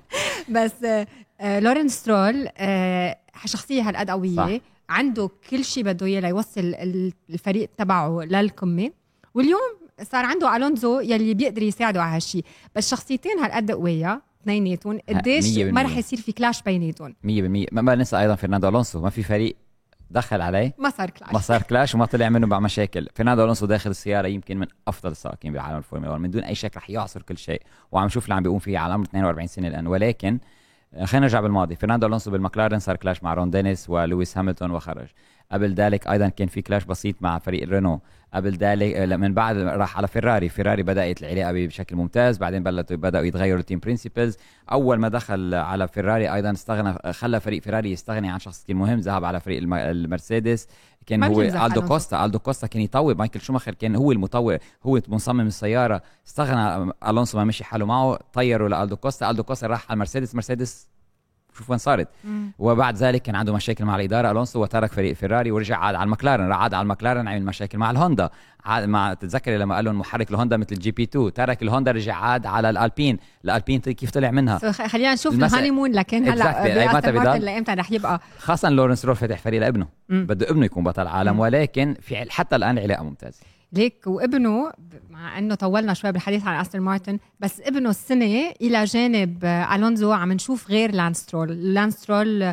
بس آه آه لورنس سترول آه شخصيه هالقد قويه صح. عنده كل شيء بده اياه ليوصل الفريق تبعه للقمه واليوم صار عنده ألونزو يلي بيقدر يساعده على هالشي. بس شخصيتين هالقد قوية اثنيناتهم قديش ما رح يصير في كلاش بيناتهم مية بالمية. ما ننسى ايضا فرناندو ألونسو ما في فريق دخل عليه ما صار كلاش ما صار كلاش وما طلع منه مع مشاكل. فرناندو ألونسو داخل السيارة يمكن من أفضل السائقين بعالم الفورمولا واحد من دون أي شك رح يعصر كل شيء وعم نشوف اللي عم بيقوم فيه على عمر اثنين وأربعين سنة الآن. ولكن خلينا نرجع بالماضي. فرناندو ألونسو بالمكلارن صار كلاش مع رون دينيس ولويس هاملتون وخرج. قبل ذلك أيضا كان في كلاش بسيط مع فريق رينو. قبل ذلك من بعد راح على فيراري. فيراري بدأت العلاقة بشكل ممتاز. بعدين بدأوا يتغيروا التيم برينسيبلز. أول ما دخل على فيراري أيضا استغنى خلى فريق فيراري يستغني عن شخص كتير مهم. ذهب على فريق المرسيدس كان هو ألدو كوستا. ألدو كوستا كان يطور. مايكل شوماخر كان هو المطور هو مصمم السيارة. استغنى ألونسو ما مشي حاله معه طيروا لألدو كوستا. ألدو كوستا راح على المرسيدس. مرسيدس شوف وين صارت. مم. وبعد ذلك كان عنده مشاكل مع الإدارة ألونسو وترك فريق فيراري ورجع عاد على المكلارن. عاد على المكلارن عمل مشاكل مع الهوندا. عاد مع تتذكر لما قال لهم محرك الهوندا مثل الجي بي تو. ترك الهوندا رجع عاد على الألبين. الألبين كيف طلع منها. خلينا نشوف الهانيمون لكن هلا بأستون مارتن لإمتى رح يبقى خاصة لورنس سترول فتح فريق لابنه. بده ابنه يكون بطل عالم. مم. ولكن في حتى الآن علاقة ممتازة ليك وابنه. مع انه طولنا شوي بالحديث عن أستون مارتن بس ابنه السنه الى جانب ألونزو عم نشوف غير لانس سترول. لانس سترول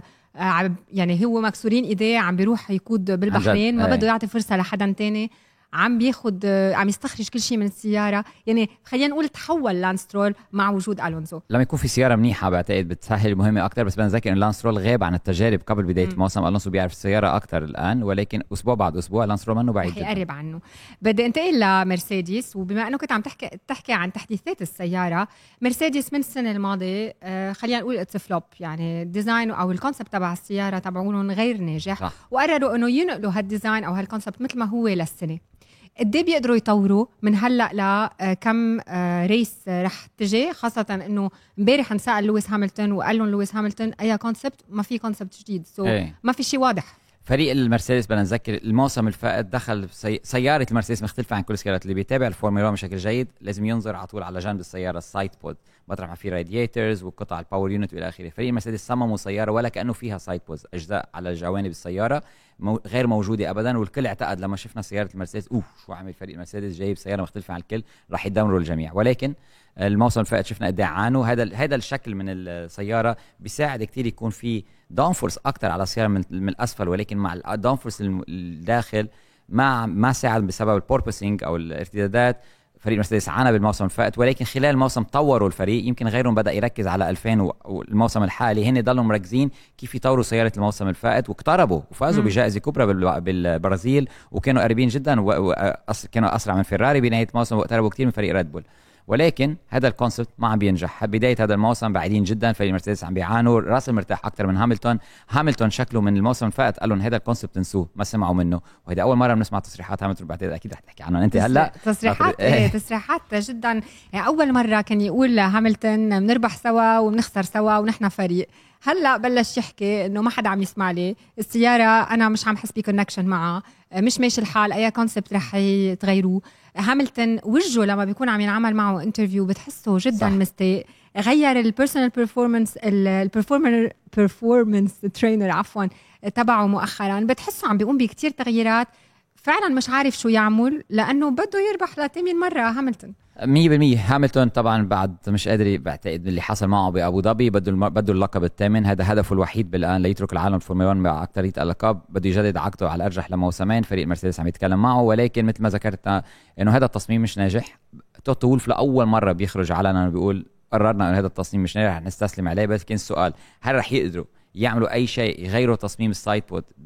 يعني هو مكسورين ايديه عم بيروح يقود بالبحرين ما بده يعطي فرصه لحدا تاني. عم بياخد عم يستخرج كل شيء من السياره. يعني خلينا نقول تحول لانس سترول مع وجود ألونزو. لما يكون في سياره منيحه بعتقد بتسهل المهمه اكثر. بس بنذكر ان لانس سترول غاب عن التجارب قبل بدايه الموسم. ألونسو بيعرف السياره اكثر الان ولكن اسبوع بعد اسبوع لانس سترول منه بعيد يقرب عنه. بدي انتقل لمرسيدس. وبما انه كنت عم تحكي تحكي عن تحديثات السياره مرسيدس من السنه الماضيه آه خلينا نقول اتس فلوب. يعني الديزاين او الكونسبت تبع السياره تبعونهم غير ناجح صح. وقرروا انه ينقلوا هالديزاين او هالكونسبت مثل ما هو للسنه. قد ايه بيقدروا يطوروا من هلا لكم ريس رح تجي. خاصه انه امبارح انسال لويس هاملتون وقال لهم لويس هاملتون اي كونسبت ما في كونسبت جديد سو so ما في شيء واضح. فريق المرسيدس بدنا نذكر الموسم الفائت دخل سي... سياره المرسيدس مختلفه عن كل السيارات. اللي بيتابع الفورمولا بشكل جيد لازم ينظر على طول على جنب السياره السايد بود مطرح ما في رادياترز وقطع الباور يونت والى اخره. فريق المرسيدس صمموا سياره ولا كانه فيها سايد بود اجزاء على جوانب السياره مو... غير موجوده ابدا. والكل اعتقد لما شفنا سياره المرسيدس اوف شو عامل فريق المرسيدس جايب سياره مختلفه عن الكل راح يدمروا الجميع. ولكن الموسم الفائت شفنا قد ايه عانوا. هذا هذا الشكل من السياره بيساعد كتير يكون في داون فورس اكثر على السياره من, من الاسفل. ولكن مع الداون فورس الداخل ما ما ساعد بسبب البوربوسينج او الارتدادات. فريق مرسيدس عانى بالموسم الفائت ولكن خلال الموسم طوروا الفريق. يمكن غيرهم بدا يركز على ألفين والموسم الحالي. هن ضلوا مركزين كيف يطوروا سياره الموسم الفائت واقتربوا وفازوا م. بجائزه كبرى بالبرازيل وكانوا قريبين جدا وكانوا اسرع من فيراري بنهايه الموسم واقتربوا كثير من فريق ريد بول. ولكن هذا الكونسبت ما عم بينجح. بدايه هذا الموسم بعيدين جدا. فريق مرسيدس عم بيعانوا. راسل مرتاح اكثر من هاملتون. هاملتون شكله من الموسم الفائت قال لهم هذا الكونسبت انسوه ما سمعوا منه. وهذا اول مره بنسمع تصريحات هاملتون. بعتقد اكيد رح تحكي عنهم انت هلا. تصريحات ايه تصريحات جدا. يعني اول مره كان يقول هاملتون بنربح سوا وبنخسر سوا ونحن فريق. هلا بلش يحكي انه ما حدا عم يسمع لي السياره انا مش عم حس بكونكشن معها مش ماشي الحال اي كونسبت رح يتغيروه. هاملتون وجهه لما بيكون عم ينعمل معه انترفيو بتحسه جدا مستاء. غير البيرسونال بيرفورمانس البيرفورمر بيرفورمانس ترينر عفوا تبعه مؤخرا. بتحسه عم بيقوم بكتير تغييرات. فعلا مش عارف شو يعمل لانه بده يربح لتامين مره. هاملتون مية بالمية. هاملتون طبعا بعد مش قادر بعتقد اللي حصل معه بأبو ظبي بده بده اللقب الثامن. هذا هدفه الوحيد بالآن ليترك العالم الفورمولا واحد مع أكثرية الألقاب. بده يجدد عقده على الأرجح لموسمين. فريق مرسيدس عم يتكلم معه ولكن مثل ما ذكرت إنه هذا التصميم مش ناجح. توتو وولف لأول مرة بيخرج علنا بيقول قررنا إنه هذا التصميم مش ناجح نستسلم عليه. بس كان السؤال هل رح يقدروا يعملوا أي شيء يغيروا تصميم السايد بود بال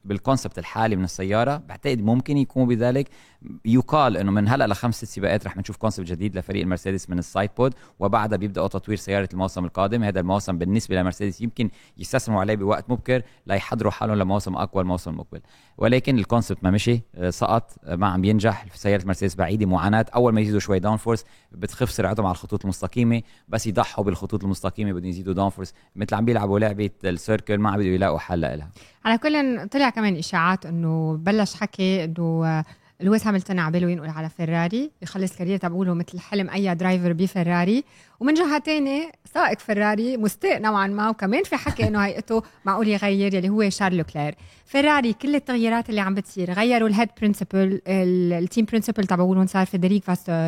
بالكونسبت الحالي من السياره بعتقد ممكن يكون بذلك. يقال انه من هلا لخمس ست سباقات رح نشوف كونسبت جديد لفريق المرسيدس من السايد بود، وبعدها بيبداوا تطوير سياره الموسم القادم. هذا الموسم بالنسبه لمرسيدس يمكن يستثمروا عليه بوقت مبكر ليحضروا حالهم لموسم اقوى الموسم المقبل، ولكن الكونسبت ما مشي، سقط، ما عم ينجح. سياره مرسيدس بعيده معاناه، اول ما يزيدوا شوي داون فورس بتخف سرعتهم على الخطوط المستقيمه، بس يضحوا بالخطوط المستقيمه بدهم يزيدوا داون فورس، مثل عم بيلعبوا لعبه السيركل ما عم بيقدروا يلاقوا حل لها. على كل طلع كمان اشاعات انه بلش حكي انه لويس هاملتون عباله ينقل على فيراري يخلص كارير تبعوله مثل حلم اي درايفر بفيراري، ومن جهه تانية سائق فيراري مستاء نوعا ما، وكمان في حكي انه هيئته معقول يغير يلي هو شارل كلير. فيراري كل التغييرات اللي عم بتصير، غيروا الهيد برينسيبل، التيم برينسيبل تبعولهم صار فيدريك فاستر،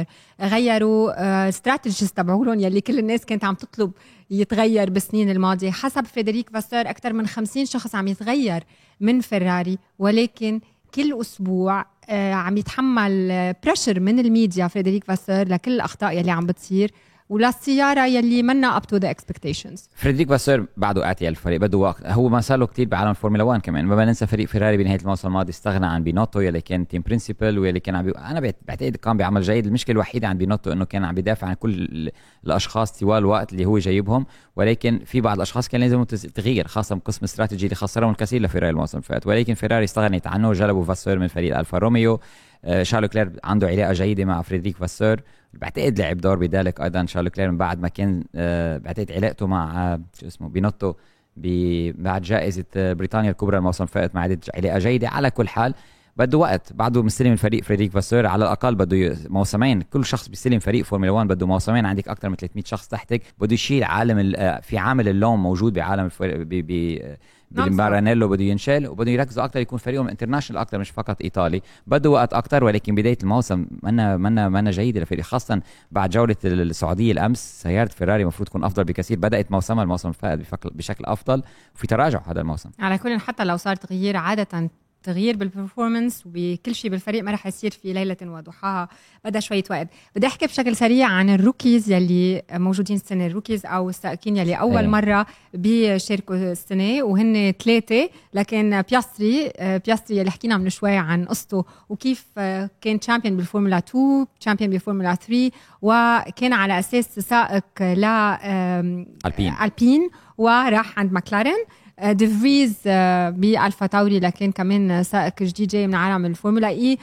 غيروا استراتيجيست تبعولهم يلي كل الناس كانت عم تطلب يتغير بالسنين الماضيه. حسب فيدريك فاستر اكثر من خمسين شخص عم يتغير من فيراري، ولكن كل أسبوع آه عم يتحمل بريشر من الميديا فريدريك فاسر لكل الأخطاء يلي عم بتصير وللسيارة يلي منا up to the expectations. فريدريك فاسر بعده آتي الفريق بده وقت، هو ما صار له كتير بعالم الفورمولا واحد كمان. ما ننسى فريق فيراري بنهاية الموسم الماضي استغنى عن بينوتو يلي كان تيم برينسيبل ويلي كان عم بي... أنا بعتقد كان بيعمل جيد. المشكلة الوحيدة عن بينوتو إنه كان عم بيدافع عن كل الأشخاص طوال الوقت اللي هو جايبهم، ولكن في بعض الأشخاص كان لازم تغيير، خاصة قسم استراتيجي اللي خسرهم الكثير لفيراري الموسم الفات، ولكن فيراري استغنت عنه وجلبوا فاسر من فريق الفا روميو. شارل كلير عنده علاقة جيدة مع فريدريك فاسر، بعتقد لعب دور بذلك ايضا شارل كلير من بعد ما كان بعتقد علاقته مع شو اسمه بينوتو بعد جائزة بريطانيا الكبرى الموسم الفائت ما عادت علاقة جيدة. على كل حال بده وقت، بعده مستلم الفريق فريدريك فاسر، على الاقل بده موسمين. كل شخص بيستلم فريق فورمولا واحد بده موسمين، عندك اكثر من ثلاثمية شخص تحتك، بده يشيل عالم في عامل اللوم موجود بعالم بالمارانيلو، بده ينشل وبده يركزوا اكثر يكون فريقهم انترناشونال اكثر مش فقط ايطالي. بده وقت اكثر، ولكن بدايه الموسم منا منا منا جيده للفريق، خاصه بعد جوله السعوديه الامس. سياره فيراري المفروض تكون افضل بكثير، بدات موسمها الموسم الفائت بشكل افضل وفي تراجع هذا الموسم. على كل حتى لو صار تغيير، عاده تغيير بالبرفورمانس وبكل شيء بالفريق ما رح يصير في ليلة وضحاها، بدأ شوية وقت. بدي أحكي بشكل سريع عن الروكيز يلي موجودين السنة، الروكيز أو السائقين يلي أول أيه. مرة بيشاركوا السنة، وهن ثلاثة. لكن بياستري بياستري يلي حكينا من شوي عن قصته وكيف كان تشامبيون بالفورمولا اثنين، تشامبيون بالفورمولا ثلاثة، وكان على أساس سائق لا ألبين. ألبين وراح عند ماكلارين. ديفريز بالفا تاوري، لكن كمان سائق جديد جاي من عالم الفورمولا اي.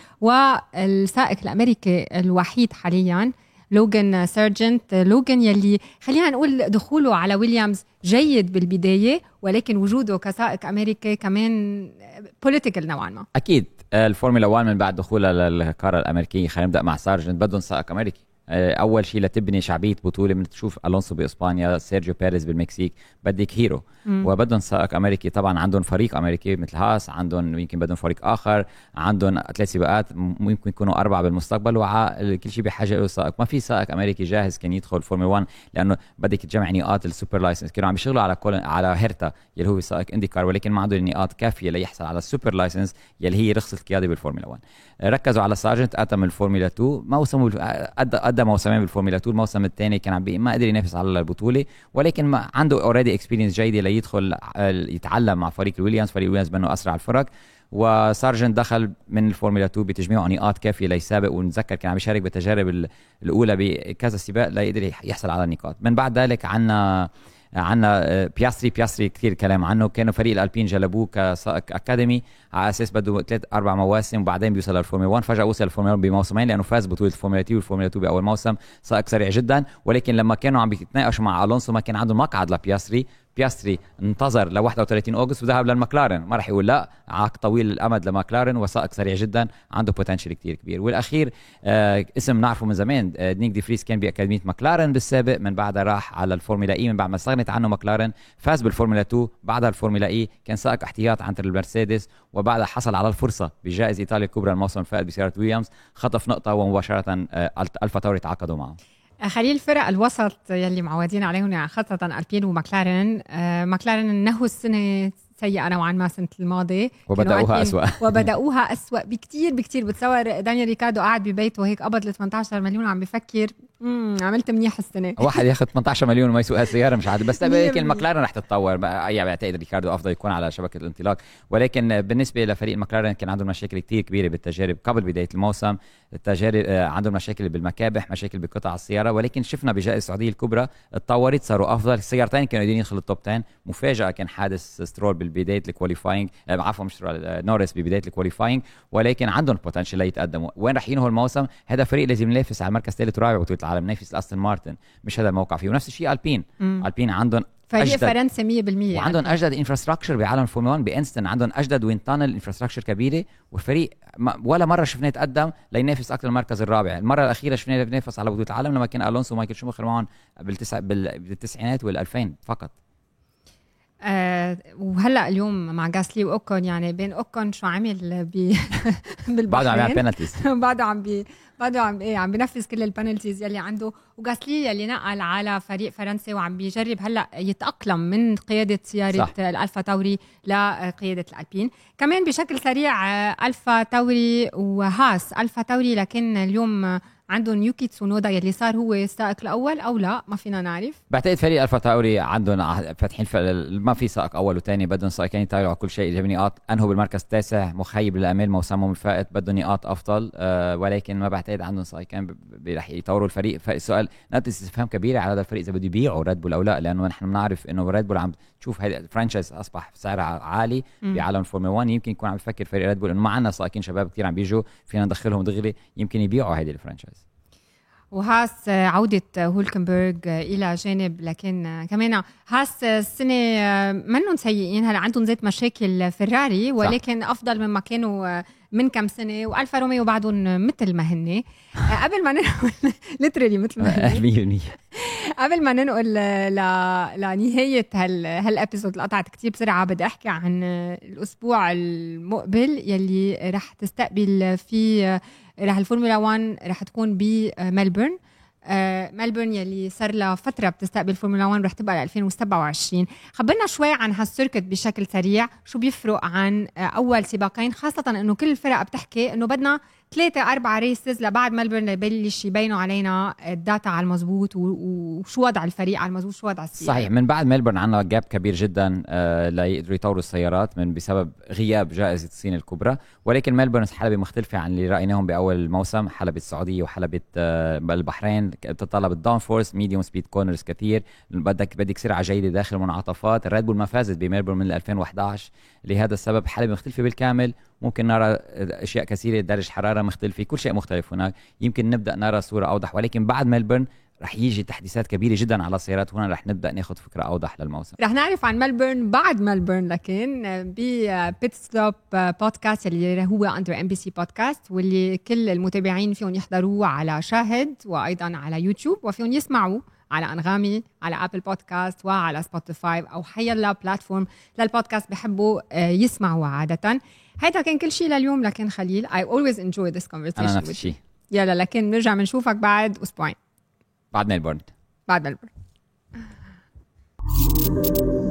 والسائق الامريكي الوحيد حاليا لوغان سيرجنت، لوغان يلي خلينا نقول دخوله على ويليامز جيد بالبدايه، ولكن وجوده كسائق امريكي كمان بوليتيكال نوعا ما. اكيد الفورمولا واحد من بعد دخولها للقاره الامريكيه، خلينا نبدا مع سيرجنت، بدهم سائق امريكي. اول شيء لتبني شعبيه بطوله، من تشوف الونسو باسبانيا، سيرجيو بيريز بالمكسيك، بدك هيرو. مم. وبدهم سائق امريكي، طبعا عندهم فريق امريكي مثل هاس، عندهم يمكن بدهم فريق اخر، عندهم ثلاث سباقات ممكن يكونوا اربعه بالمستقبل، وكل شيء بحاجه له سائق. ما في سائق امريكي جاهز كان يدخل فورمولا واحد، لانه بدك تجمع نقاط السوبر لايسنس. كانوا عم يشتغلوا على كل على هيرتا اللي هو سائق انديكار، ولكن ما عندهم نقاط كافيه ليحصل على السوبر لايسنس يلي هي رخصه القياده بالفورمولا واحد. ركزوا على سارجنت، اتى من الفورمولا اثنين، موسمه ادى ادى موسمين بالفورمولا اثنين، الموسم الثاني كان عم ما قدر ينافس على البطوله، ولكن ما عنده اوريدي اكسبيرينس جيده ليدخل يتعلم مع فريق الويليامز. فريق الويليامز بانه اسرع الفرق، وسارجنت دخل من الفورمولا اثنين بتجميع نقاط كافيه ليسابق، ونتذكر كان عم يشارك بالتجارب الاولى بكذا سباق ليقدر يحصل على النقاط. من بعد ذلك عنا عنا بياستري بياستري كثير كلام عنه. كانوا فريق الألبين جلبوه كسائق أكاديمي على أساس بده ثلاث أربع مواسم وبعدين بيوصل للفورمولا واحد. فجأة وصل الفورمولا واحد بموسمين لأنه فاز بطولة الفورمولا اثنين والفورمولا اثنين بأول موسم. سائق سريع جدا، ولكن لما كانوا عم بيتناقشوا مع ألونسو ما كان عندهم مقعد لبياستري. بياستري انتظر ل واحد وثلاثين أغسطس وذهب للمكلارن، ما راح يقول لا، عقد طويل الأمد لمكلارن، وسائق سريع جدا عنده بوتنشل كتير كبير. والأخير آه اسم نعرفه من زمان، آه نيك دي فريس، كان بأكاديمية مكلارن بالسابق، من بعدها راح على الفورمولا إي من بعد ما استغنت عنه مكلارن، فاز بالفورمولا اثنين، بعدها الفورمولا إي، كان سائق احتياط عند المرسيدس، وبعدها حصل على الفرصة بجائزة إيطاليا الكبرى الموسم الفائت بسيارة ويليامز، خطف نقطة ومباشرة آه ألفا تاوري تعاقدوا معه. خليل الفرق الوسط يلي معودين عليهم خاصة ألبين ومكلارن، آه مكلارن نهوا السنة سيئة نوعا ما سنة الماضي، وبدأوها أسوأ وبدأوها أسوأ بكتير بكتير. بتصور دانيال ريكاردو قاعد ببيته هيك قبض ل ثمانية عشر مليون عم بفكر امم عملت منيح السنه. واحد ياخذ ثمانية عشر مليون وما يسوق هالسياره مش عادي. بس لكن المكلارن رح تتطور يعني بعتقد ريكاردو افضل يكون على شبكه الانطلاق. ولكن بالنسبه لفريق المكلارن كان عندهم مشاكل كتير كبيره بالتجارب قبل بدايه الموسم. التجارب عندهم مشاكل بالمكابح مشاكل بقطع السياره. ولكن شفنا بجائزه السعوديه الكبرى اتطورت صاروا افضل. السيارتين كانوا قادرين يدخلوا التوب عشرة. مفاجاه كان حادث سترول بالبدايه الكواليفاينج عفوا مش نورس ببدايه الكواليفاينج. ولكن عندهم بوتنشل ليتقدموا. وين رح ينهوا الموسم؟ هذا فريق لازم ينافس على المركز الثالث والرابع بطوله العالم. نافس استون مارتن مش هذا الموقع فيه. ونفس الشيء البين مم. البين عندهم فريق فرنسا مية بالمية وعندهم اجدد انفراستراكشر بعالم الفورمولا واحد بانستن. عندهم اجدد وين تانل انفراستراكشر كبيره. والفريق ولا مره شفناه يتقدم لينافس اكثر المركز الرابع. المره الاخيره شفناه بينافس على بطوله العالم لما كان الونسو ومايكل شوماخر معهم بالتسع بالتسعينات والألفين فقط. أه وهلا اليوم مع غاسلي واوكون يعني بين اوكون شو عمل ب بالبحرين بعده عم يعمل بينالتيز بعده عم بي بعده عم ايه عم بينفذ كل البينالتيز يلي عنده. وغاسلي يلي نقل على فريق فرنسي وعم بيجرب هلا يتاقلم من قياده سياره صح. الالفا تاوري لقياده الالبين. كمان بشكل سريع الفا تاوري وهاس الفا تاوري لكن اليوم عندهم يوكي تسونودا يلي صار هو السائق الاول او لا ما فينا نعرف. بعتقد فريق الفا تاوري عندهم فاتحين ما في سائق اول وثاني بدهم سائقين يتابعوا على كل شيء. جايبين نقاط انهوا بالمركز التاسع مخيب للامال موسمهم الفائت بدهم نقاط افضل. أه ولكن ما بعتقد عندهم سائقين رح يطوروا الفريق. فالسؤال نقطه استفهام كبيره على هذا الفريق اذا بده يبيعوا ريد بول او لا. لانه نحن بنعرف انه ريد بول عم تشوف هذا الفرانشايز اصبح سعرها عالي م. بعالم الفورمولا واحد. يمكن يكون عم يفكر فريق ريد بول انه ما عندنا سائقين شباب كثير عم بيجوا فينا ندخلهم دغري يمكن يبيعوا هذه الفرانشايز. وهاس عودة هولكنبرغ إلى جانب. لكن كمان هاس السنة منهم سيئين. هلا عندهم زيت مشاكل فراري ولكن صح. أفضل مما كانوا من كم سنة. وألفا روميو بعدهم مثل ما هن. قبل ما ننقل لترالي مثل ما هن قبل ما ننقل لنهاية هال هالابيسود القطعت كتير بسرعة بدي أحكي عن الأسبوع المقبل يلي رح تستقبل فيه رح الفورمولا واحد رح تكون بملبورن. آه ملبورن يلي صار لها فترة بتستقبل الفورمولا واحد رح تبقى ل ألفين وسبعة وعشرين. خبرنا شوي عن هالسيركت بشكل سريع شو بيفرق عن آه أول سباقين خاصة أنه كل الفرق بتحكي أنه بدنا ثلاثة أربعة ريسز لبعد ملبورن يبلش يبينوا علينا الداتا على المزبوط وشو وضع الفريق على المزبوط شو وضع السيارة. صحيح من بعد ملبورن عنا جاب كبير جدا آه ليقدروا يطوروا السيارات من بسبب غياب جائزة الصين الكبرى. ولكن ملبورن حلبة مختلفة عن اللي رأيناهم بأول الموسم. حلبة السعودية وحلبة آه البحرين بتتطلب الداون فورس ميديوم سبيد كورنرز كتير. بدك بدك سرعة جيدة داخل المنعطفات. الريد بول ما فازت بملبورن من ألفين وإحدى عشر. لهذا السبب حلبة مختلفة بالكامل. ممكن نرى أشياء كثيرة درجة حرارة مختلفة كل شيء مختلف هناك. يمكن نبدأ نرى صورة أوضح. ولكن بعد ملبورن رح يجي تحديثات كبيرة جدا على السيارات. هنا رح نبدأ ناخد فكرة أوضح للموسم. رح نعرف عن ملبورن بعد ملبورن. لكن ببيت ستوب بودكاست اللي هو أندر إم بي سي بودكاست واللي كل المتابعين فيهم يحضروه على شاهد وأيضا على يوتيوب وفيهم يسمعوه على أنغامي على أبل بودكاست وعلى سبوتيفاي أو حيلا بلاتفورم للبودكاست بحبوا يسمعوا عادة. هذا كان كل شيء لليوم. لكن خليل I always enjoy this conversation. أنا نفس الشيء. يلا لكن نرجع منشوفك بعد أسبوعين بعد ملبورن بعد ملبورن